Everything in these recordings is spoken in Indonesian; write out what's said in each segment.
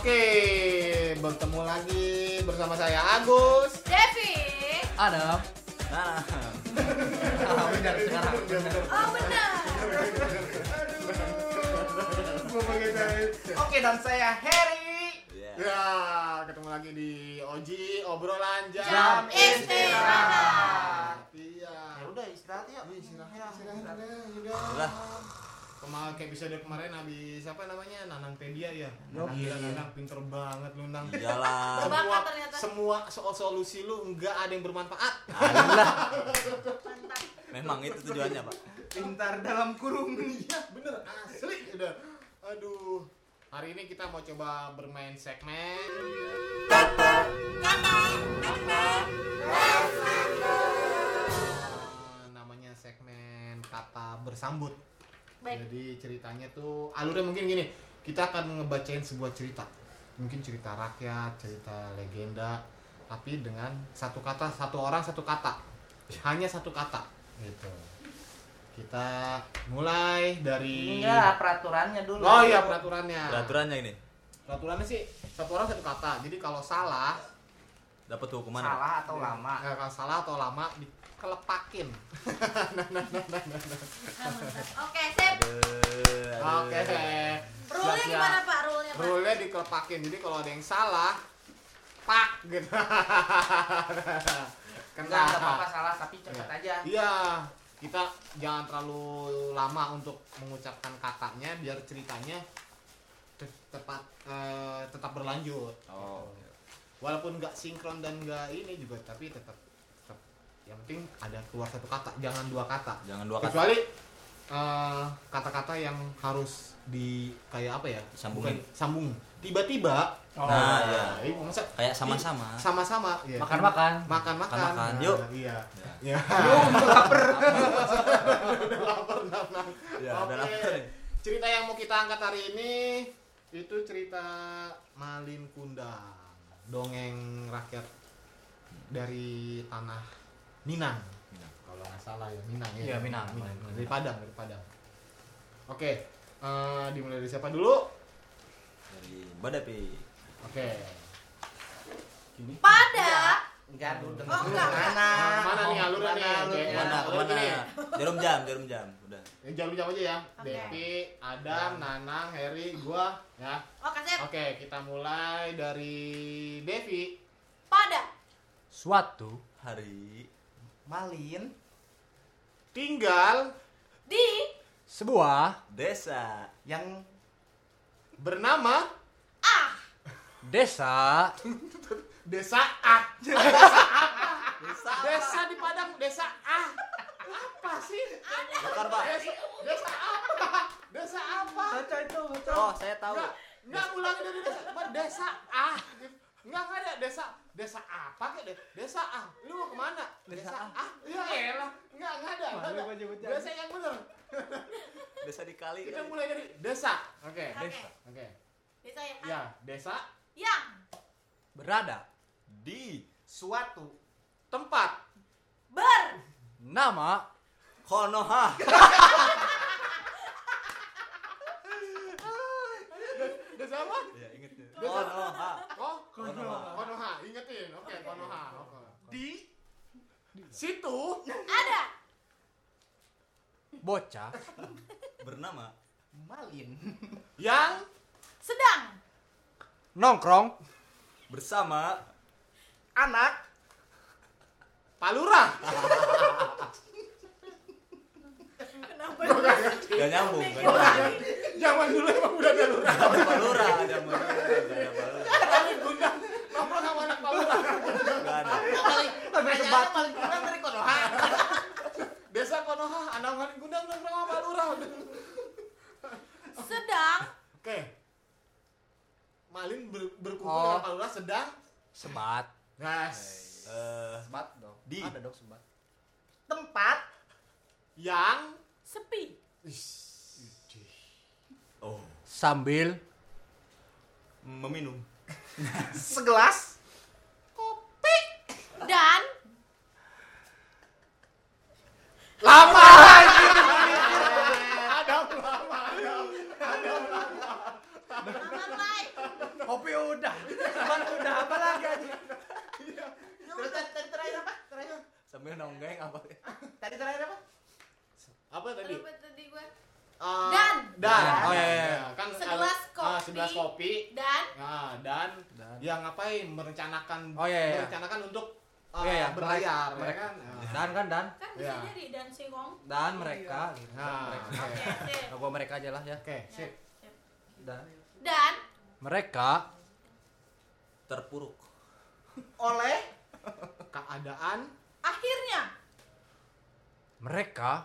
Oke, bertemu lagi bersama saya Agus, Devi. Adam. Benar sekarang. Oh benar. Oke, dan saya Harry. Ya, ketemu lagi di Oji obrolan Jam istirahat. Iya. Ya udah istirahat yuk. Istirahat udah. Udah. Kayak episode kemarin habis apa namanya? Nanangpedia ya. Yuk. Gila, Nanang pinter banget lu, Nang. Iyalah. Bakat ternyata. Semua solusi lu enggak ada yang bermanfaat. Alah. Mantap. Memang itu tujuannya, Pak. Pintar dalam kurung. Iya, bener asli udah. Aduh. Hari ini kita mau coba bermain segmen namanya segmen kata bersambut. Baik. Jadi ceritanya tuh alurnya mungkin gini. Kita akan ngebacain sebuah cerita. Mungkin cerita rakyat, cerita legenda, tapi dengan satu kata, satu orang satu kata. Hanya satu kata gitu. Kita mulai dari Iya, peraturannya dulu. Oh iya, peraturannya. Peraturannya ini Peraturannya sih satu orang satu kata. Jadi kalau salah, dapat hukuman. Salah atau lama. kalau salah atau lama dikelepakin. Oke, sip. Oke. Rule-nya gimana Pak? Rule-nya Pak? Rule-nya dikelepakin. Jadi kalau ada yang salah, pak gitu. Enggak apa-apa salah tapi cepat aja. Iya. Kita jangan terlalu lama untuk mengucapkan katanya biar ceritanya tetap berlanjut. Oh. Walaupun nggak sinkron dan nggak ini juga, tapi tetap yang penting ada keluar satu kata, jangan dua kata. Jangan dua kata. Kecuali kata-kata yang harus di kayak apa ya? Sambungin. Bukan sambung. Tiba-tiba. Nah, ya. Masa Kayak sama-sama. sama-sama. Ya. Makan-makan. Makan-makan. Makan-makan. Yuk. Iya. Ya. Ya. Lapar. Udah lapar, Nang. Ya, Oke. udah lapar. Cerita yang mau kita angkat hari ini itu cerita Malin Kundang, dongeng rakyat dari tanah Minang. Kalau nggak salah ya Minang ya. Iya, Minang. Dari Padang. Oke, dimulai dari siapa dulu? Dari Badapi. Oke. Gini. Pada. Enggak, dulu Oh, enggak. Mana nih alurnya nih? Oke, Kemana? alur gini. Jarum jam. Udah. Jam aja ya. Oke. Devi, Adam, Nanang, Harry, gua ya. Oke, sip. Oke, kita mulai dari Devi. Pada. Suatu Hari Malin Tinggal Di. sebuah desa yang bernama desa Desa A. desa Desa di Padang, Desa A. Apa sih? Bakar, Pak. Desa apa? Desa apa? baca itu Oh, saya tahu. Enggak ulangi dari desa. Apa desa A? Enggak ada desa apa kayak desa A. Lu mau kemana? Desa A. Ya elah. Enggak ada. Malu gua nyebutnya. Desa yang benar. Desa dikali. Kita mulai dari desa. Oke. Oke. Oke. Desa yang A. Ya, desa Yang. berada Di suatu tempat nama Konoha. desa apa? Ya, inget tuh. Desa. Konoha. Oh, Konoha. Konoha. Ingetin. Oke, Konoha. di Situ Ada. bocah Bernama Malin yang Sedang. nongkrong bersama anak Palura. Kenapa? Gak nyambung. Zaman dulu emang udah ada lurah. Palura ada Kami gundang nongkrong sama anak Palura. Gak ada. paling kurang dari Konoha. Desa Konoha, anak Malin Gundang nongkrong sama Palura. Sedang. Oke. Malin berkumpul Oh. dengan Palura sedang Sebat. gas Sebat dong. Di. Ada dong sebat. Tempat yang Sepi. Oh, sambil meminum. segelas Dan. lama. Adam lama. Lama, Mai. kopi Tonggeng apa? Tadi terakhir apa? Apa tadi? Lupa tadi gue. Dan. Dan. Oh, iya. Kan Segelas kopi. segelas kopi. Dan Nah, dan yang ngapain merencanakan Oh, iya. merencanakan untuk Iya. berlayar, ya Mereka. kan? Nah. Dan kan dan bisa Iya. jadi dan singkong. dan mereka gitu. Nah, Mereka. oke. Oke, sip. Gua mereka aja lah ya. Oke, sip. Sip. Dan Dan mereka Terpuruk. oleh Keadaan akhirnya mereka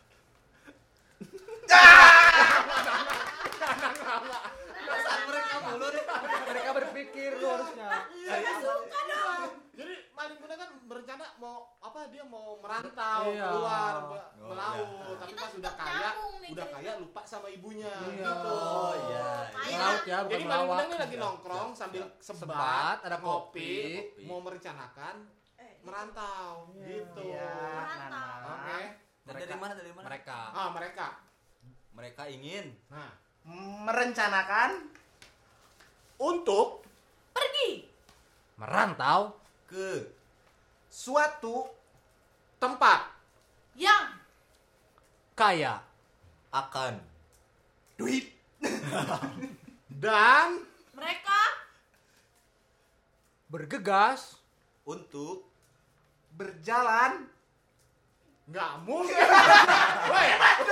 Perasaan mereka mulu nih. mereka berpikir lu harusnya. suka dong. jadi Malin Kunda kan berencana mau apa, dia mau merantau Iya. keluar Oh, melaut, iya. tapi Kita pas udah tetap kaya nyambung nih udah cerita. kaya lupa sama ibunya Iya. gitu. Oh iya. Melaut ya, bukan Jadi Malin melawak. Kunda ini lagi nongkrong sambil sebat, Sebat, ada ngopi, kopi. mau merencanakan merantau gitu. Iya. Merantau. Oke. Dan dari mana? Dari mana? Mereka. Mereka. Mereka ingin Nah, merencanakan untuk Pergi. Merantau ke suatu tempat Yang kaya akan duit dan mereka bergegas untuk berjalan nggak mungkin. Woi,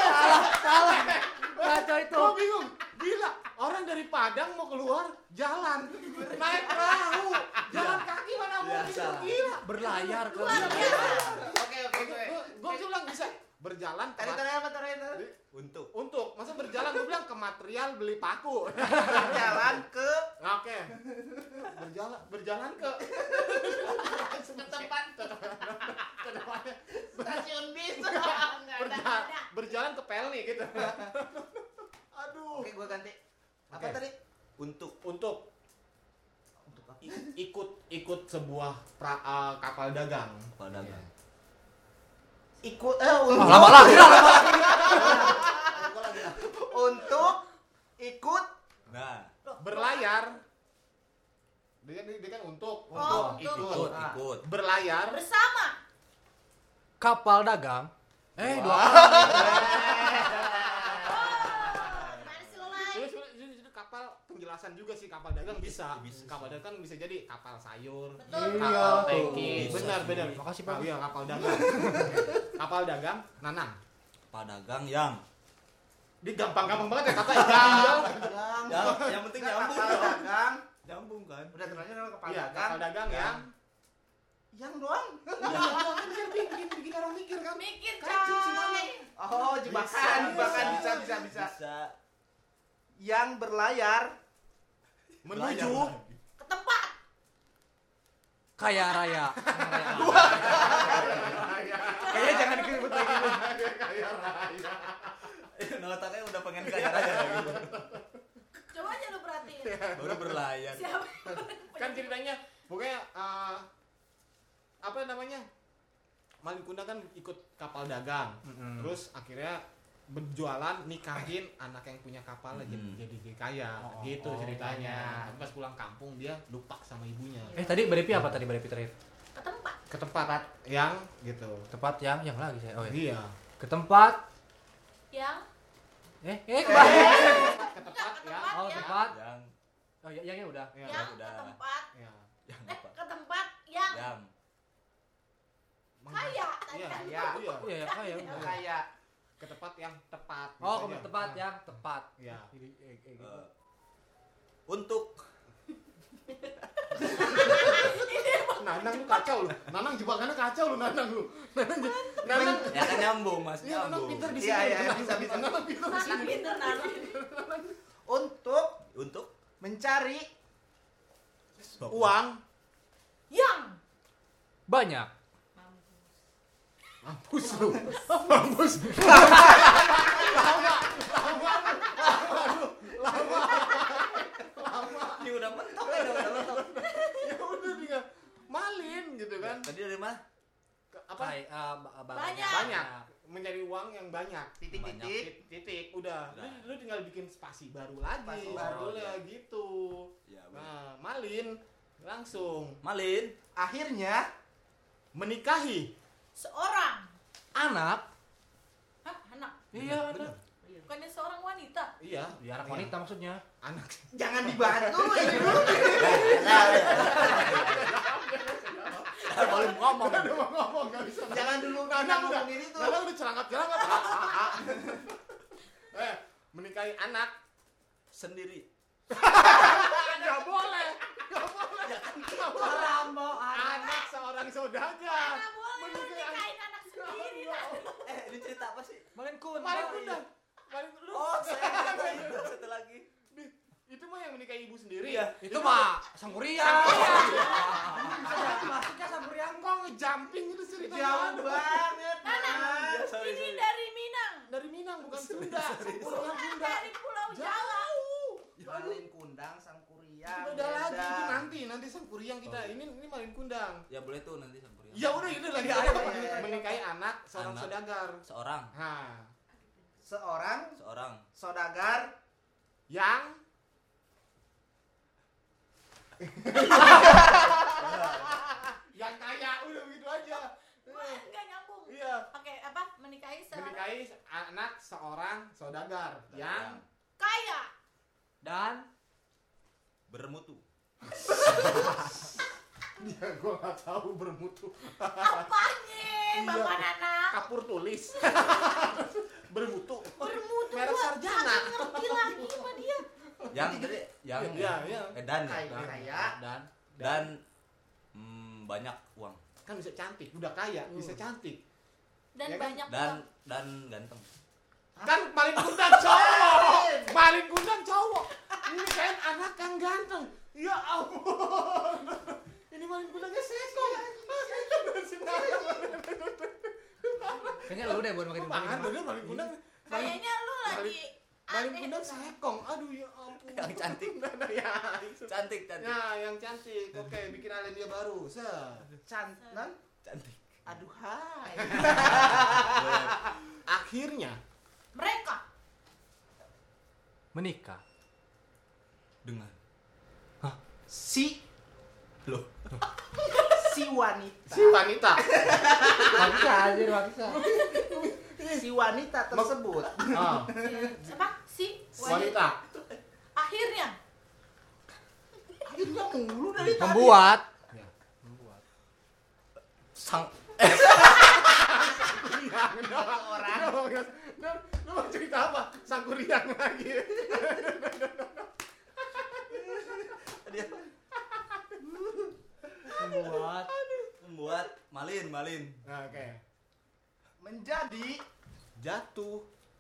ngaco itu. gue bingung. Gila, orang dari Padang mau keluar jalan, naik perahu, jalan kaki mana mungkin? Biasa. Gila. Berlayar ke luar biasa. Oke. Gue bilang bisa berjalan ke Tadi apa terakhir? untuk masa berjalan, gue bilang ke material beli paku. Berjalan ke Oke. Berjalan ke tempat stasiun bis. berjalan ke Pelni gitu. Aduh. Oke, gua ganti. Apa Oke. tadi? untuk Untuk ikut sebuah kapal dagang. pedagang. Ikut Lama lagi. untuk ikut Nah, Berlayar. Dia kan untuk Oh, ikut. ikut. Berlayar Bersama. kapal dagang. Dua Gimana sih lo, Lai? Ini kapal penjelasan juga sih, kapal dagang bisa. Kapal dagang bisa jadi kapal sayur, Betul. kapal Iya, tangki. tuh. Benar, Bisa benar. sih. Makasih, Pak. Iya, kapal dagang. Kapal dagang, Nanang. Pedagang yang Di gampang-gampang banget ya kata dagang. yang penting nyambung kapal dong. dagang. Nyambung kan? Udah terakhir nama kapal Iya, dagang. kapal dagang yang Yang doang. bikin orang mikir kan. Mikir, Kancing si Nanang. coy. Oh, jebakan bisa. Yang berlayar Menuju Ke tempat. kaya raya. Kayaknya jangan disebut lagi. kaya raya. Otaknya udah pengen kaya raya gitu. Coba aja lu perhatiin. Baru berlayar. Siapa? Kan ceritanya pokoknya apa namanya, Malin Kunda kan ikut kapal dagang, terus akhirnya berjualan nikahin anak yang punya kapal jadi kaya gitu ceritanya. Pas pulang kampung dia lupa sama ibunya. Tadi Berepi apa tadi Berepi terakhir? Ke tempat. Ke tempat yang gitu. Tempat yang lagi saya. Oh Iya. Ke tempat Yang kembali. Ke tempat yang Oh, yang tempat. Yang Oh, yang udah. ya. yang udah. ke tempat. Ya. yang apa? Ke tempat yang Yang kaya. Iya, Kaya. iya. Iya, kaya. Kaya. Ke tempat yang tepat. Oh, gitu ke aja. tempat Nah, yang tepat. Iya. Gitu. untuk Nanang lu kacau lu. Nanang jebakannya kacau lu, Nanang lu. Nanang ya kan nyambung Mas, Iya, Nanang nyambung. pintar di Iya, sini. iya, Nanang bisa. Nanang pintar di Nanang sini. pinter, Nanang. Untuk mencari Uang Yang Banyak. mampus lu. Mampus. Ini udah mentok ya, udah mentok. Ya udah tinggal malin gitu kan. Tadi dari mana? Apa? Banyak. Banyak. Mencari uang yang banyak. titik-titik. Titik udah. Udah. Lu tinggal bikin spasi baru lagi. Spasi baru. Sebetulnya gitu. Ya, Nah, malin langsung Malin Akhirnya menikahi Seorang. Anak. Hah, anak. Iya, anak. Bukannya seorang wanita. Iya. Ya, anak wanita maksudnya. Anak. Jangan dibantu ini dulu. Baru ngomong. Udah mau ngomong enggak bisa. Jangan dulu Nana udah ngomongin itu. Nana udah celangap-celangap. Menikahi anak Sendiri. enggak boleh. Enggak boleh. Orang mau Anak seorang saudagar. Mana boleh lu nikahin anak sendiri. Ini cerita apa sih? Malin kun. Maling kundang. Maling lu. Oh, saya satu lagi. Itu mah yang menikahi ibu sendiri. Iya. Itu mah Sangkuriang. maksudnya Sangkuriang. Kok ngejumping itu ceritanya? Jauh banget. Nana, Iya, sorry. ini dari Minang. Dari Minang bukan Sunda. Pulau Sunda. Dari Pulau Jawa. Malin kundang Sangkuriang. Beda lagi itu nanti Sangkuriang kita. Ini Malin kundang. Ya boleh tuh nanti Sangkuriang. Ya udah itu lagi Iya, ada iya. menikahi anak seorang Anak. saudagar. Seorang. Nah, Seorang saudagar yang yang kaya udah begitu aja. Wah, enggak nyambung. Iya. Oke, apa? Menikahi seorang Menikahi anak seorang saudagar yang kaya. Dan Bermutu. ya gua nggak tahu bermutu. Apanya, Bapak Nana? Kapur tulis. bermutu. Bermutu Merek gua sarjana. kagak ngerti lagi sama dia. Yang tadi yang Iya. dan kaya. dan banyak uang Kan bisa cantik, udah kaya, bisa cantik. Dan Ya kan? banyak dan uang. ganteng. Kan paling gundang cowok. Paling gundang cowok. Ini kan anak yang ganteng. Ya ampun. Ini paling gundangnya sekong. kayaknya lu deh buat makin Pangan bener paling gundang. Kayaknya lu lagi Paling aneh. gundang sekong. Aduh ya ampun. Yang cantik. Ya, itu. Cantik. Ya, yang cantik. Oke, bikin alendia baru. Cantan. Cantik. Aduh hai. Akhirnya Mereka menikah. Dengan Si loh. wanita. si wanita. Maksa aja, maksa. Si wanita tersebut. Ah, apa? Si wanita. Akhirnya Akhirnya mulu dari tadi. Membuat. Sang Orang. Lu mau cerita apa? Sangkuriang lagi. Membuat. Malin. Nah, oke. Menjadi Jatuh.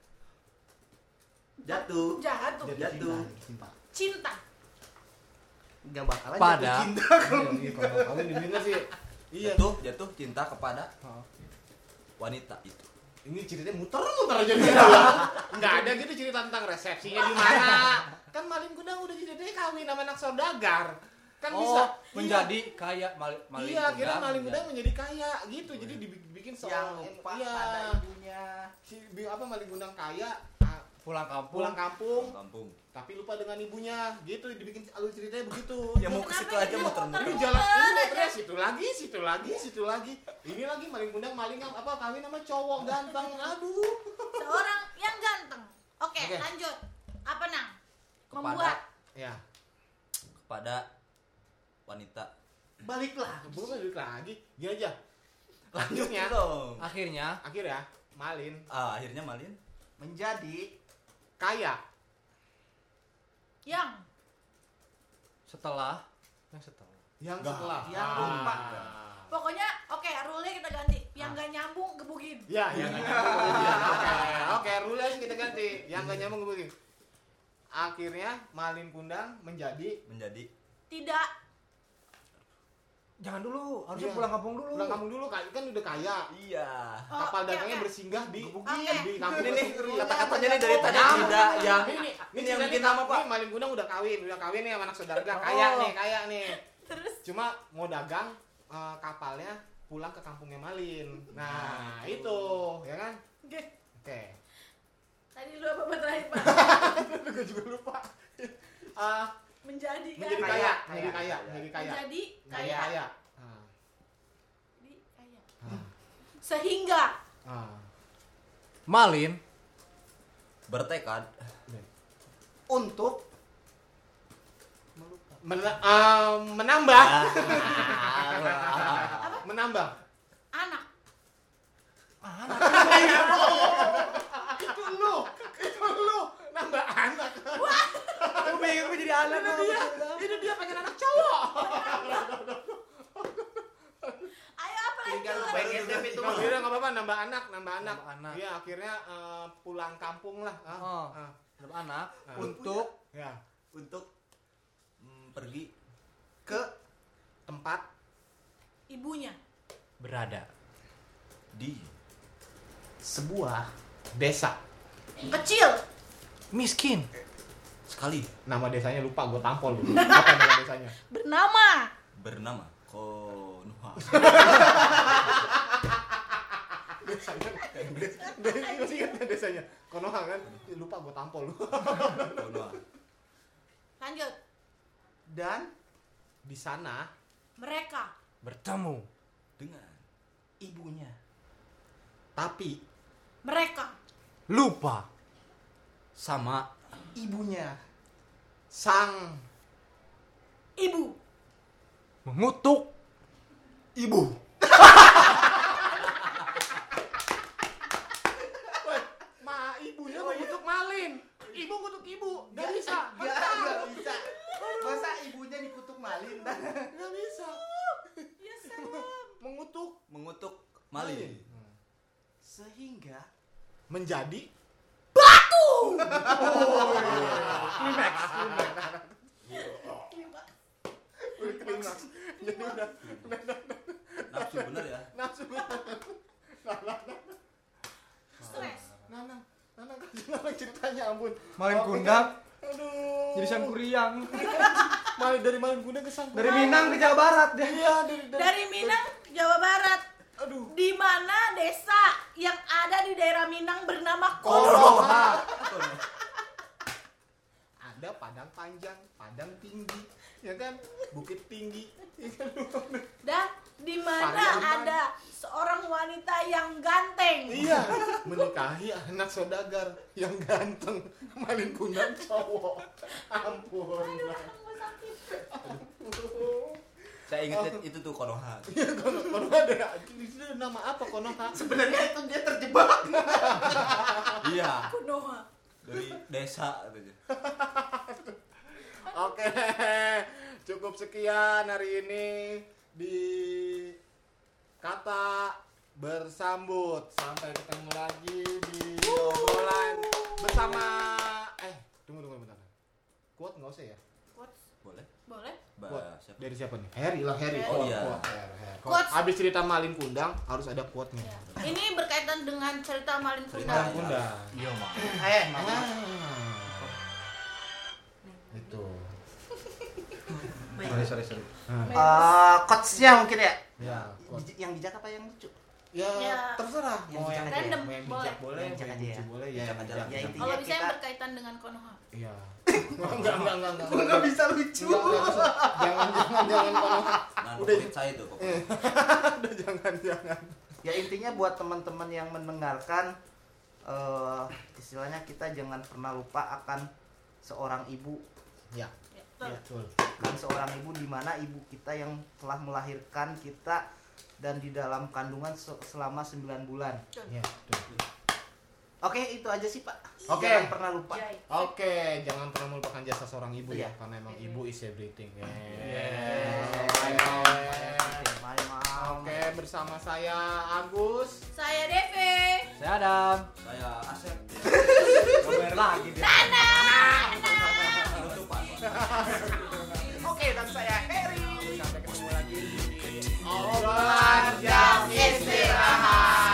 Jatuh. jatuh. Cinta. Gak bakalan Pada. jatuh cinta. Kamu didengar sih. Iya. Jatuh cinta kepada wanita itu. Ini ceritanya muter-muter aja nih. Enggak ada gitu cerita tentang resepsinya di mana. Kan Malin Kundang udah ceritanya kawin sama anak saudagar. Kan bisa menjadi kaya Malin Iya, kira Kundang. Malin Kundang menjadi kaya gitu. Jadi dibikin Yang seorang empat iya. pada ibunya. Apa Malin Kundang kaya pulang kampung. pulang kampung Kampung. tapi lupa dengan ibunya gitu dibikin alur ceritanya begitu. Ya mau ke situ Kenapa aja dia muter-muter. Ini muter? jalan ini muternya situ lagi. Ini lagi Malin Kundang maling apa kawin sama cowok ganteng. Aduh. Seorang yang ganteng. Oke, Oke. lanjut. Apa Nang? Kepada- Membuat. Ya, Kepada wanita. Baliklah. belum lanjut lagi. Gini aja. Lanjutnya dong. Akhirnya akhir ya, Malin Akhirnya Malin Menjadi kaya. Yang setelah Yang Nggak. setelah Yang lupa. pokoknya oke, rule kita ganti. Yang nggak nyambung gebukin. Ya, yang nggak nyambung. Oke, rule kita ganti. Yang nggak nyambung begini. Akhirnya Malin Kundang menjadi Tidak. jangan dulu, harusnya Iya. pulang kampung dulu. pulang kampung dulu kan udah kaya. iya. Oh, Kapal oke, dagangnya oke. bersinggah di Oke. di kampung Ini nih, sendiri. kata-katanya nih dari tadi Nyambung. tidak yang Ini yang ceritanya bikin nama, Pak. Ini Malin Kundang udah kawin nih sama anak saudara Oh. kaya nih. Terus Cuma mau dagang kapalnya pulang ke kampungnya Malin. Nah, itu, ya kan? oke. Oke. Tadi lu apa terakhir, Pak? Gue juga lupa. Menjadi Menjadi kan? kaya, Kaya. menjadi kaya, menjadi kaya. Menjadi Menjadi kaya. kaya. Jadi kaya. Nah. Sehingga Malin Bertekad Untuk menambah. Menambah. anak. Itu lu nambah anak. Aku bingung jadi anak. Ini dia pengen anak cowok. Ayo apa lagi? Tinggal lu pengen deh itu mah. Akhirnya nggak apa-apa nambah anak. Nambah anak. Iya akhirnya pulang kampung lah. Nambah anak untuk Ya untuk pergi ke tempat Ibunya. berada. di sebuah desa. Kecil. Miskin. sekali Nama desanya lupa, gue tampol dulu. Apa nama desanya? Bernama. bernama Konoha. Desanya. Masih ingat nggak desanya? Konoha kan? Lupa gue tampol. Konoha. Lanjut. dan Di sana Mereka. Bertemu. dengan ibunya. tapi Mereka. Lupa. sama Ibunya sang Ibu. Mengutuk. ibu. ibunya ngutuk Malin. Ibu ngutuk ibu. Gak bisa. Gak bisa. Masa ibunya dikutuk Malin? Gak bisa. Ya salam. Mengutuk Malin. Sehingga menjadi klimaks. Jadi udah Nafsu bener ya. nafsu. Stres. Nanang ceritanya ampun. Malin Oke. Kundang Aduh. jadi Sangkuriang. Dari Malin Kundang ke Sangkuriang. Dari Minang ke Jawa Barat dia. Iya, Dari Minang, Jawa Barat. Aduh. Di mana desa yang ada di daerah Minang bernama Konoha. Ada padang panjang, padang tinggi, ya kan? Bukit tinggi. Ya kan? Dan di mana Pariaman. ada seorang wanita yang ganteng. Iya, menikahi anak saudagar yang ganteng. Malin Kundang cowok. Ampun. Saya ingat itu tuh Konoha. Konoha ada nama apa Konoha? sebenarnya itu dia terjebak. Iya. Konoha. Dari desa katanya. Oke, cukup sekian hari ini di Kata Bersambut. Sampai ketemu lagi di obrolan bersama. Tunggu bentar. Quote nggak usah ya? Quotes. Boleh? Boleh? Quote. Siapa? Dari siapa nih? Harry lah, Harry. Oh, iya. Quotes. Abis cerita Malin Kundang harus ada quote-nya. Ya. Ini berkaitan dengan cerita Malin Cerita. Kundang. Kundang. Iya, Mak. Mama. Itu. Sorry. Coachnya mungkin ya. Ya, quote. Yang bijak apa yang lucu? Ya, Ya. terserah. Yang Mau yang bijak aja Random, mau yang boleh. bijak boleh, Yang mau bijak yang aja lucu ya. boleh, Bijak aja lah. Ya, intinya Kalau bisa yang kita berkaitan dengan Konoha. Iya. Enggak. nggak bisa lucu. Jangan Konoha. Nah, Udah. pokoknya saya tuh pokoknya. Udah jangan. Ya intinya buat teman-teman yang mendengarkan istilahnya kita jangan pernah lupa akan seorang ibu. Ya, Ya, Ya. betul. betul. Kan seorang ibu di mana ibu kita yang telah melahirkan kita dan di dalam kandungan selama 9 bulan. Ya, betul. Oke, itu aja sih, Pak. Oke. Jangan pernah lupa. Jai. Oke, jangan pernah melupakan jasa seorang ibu ya, Iya. karena emang ibu is everything. Oke, bersama saya Agus. Saya Deve. Saya Adam. Saya Asep. Ngobrol lagi dia. Penutupan. Oke, dan saya Harry. Sampai ketemu lagi di obrolan jam istirahat.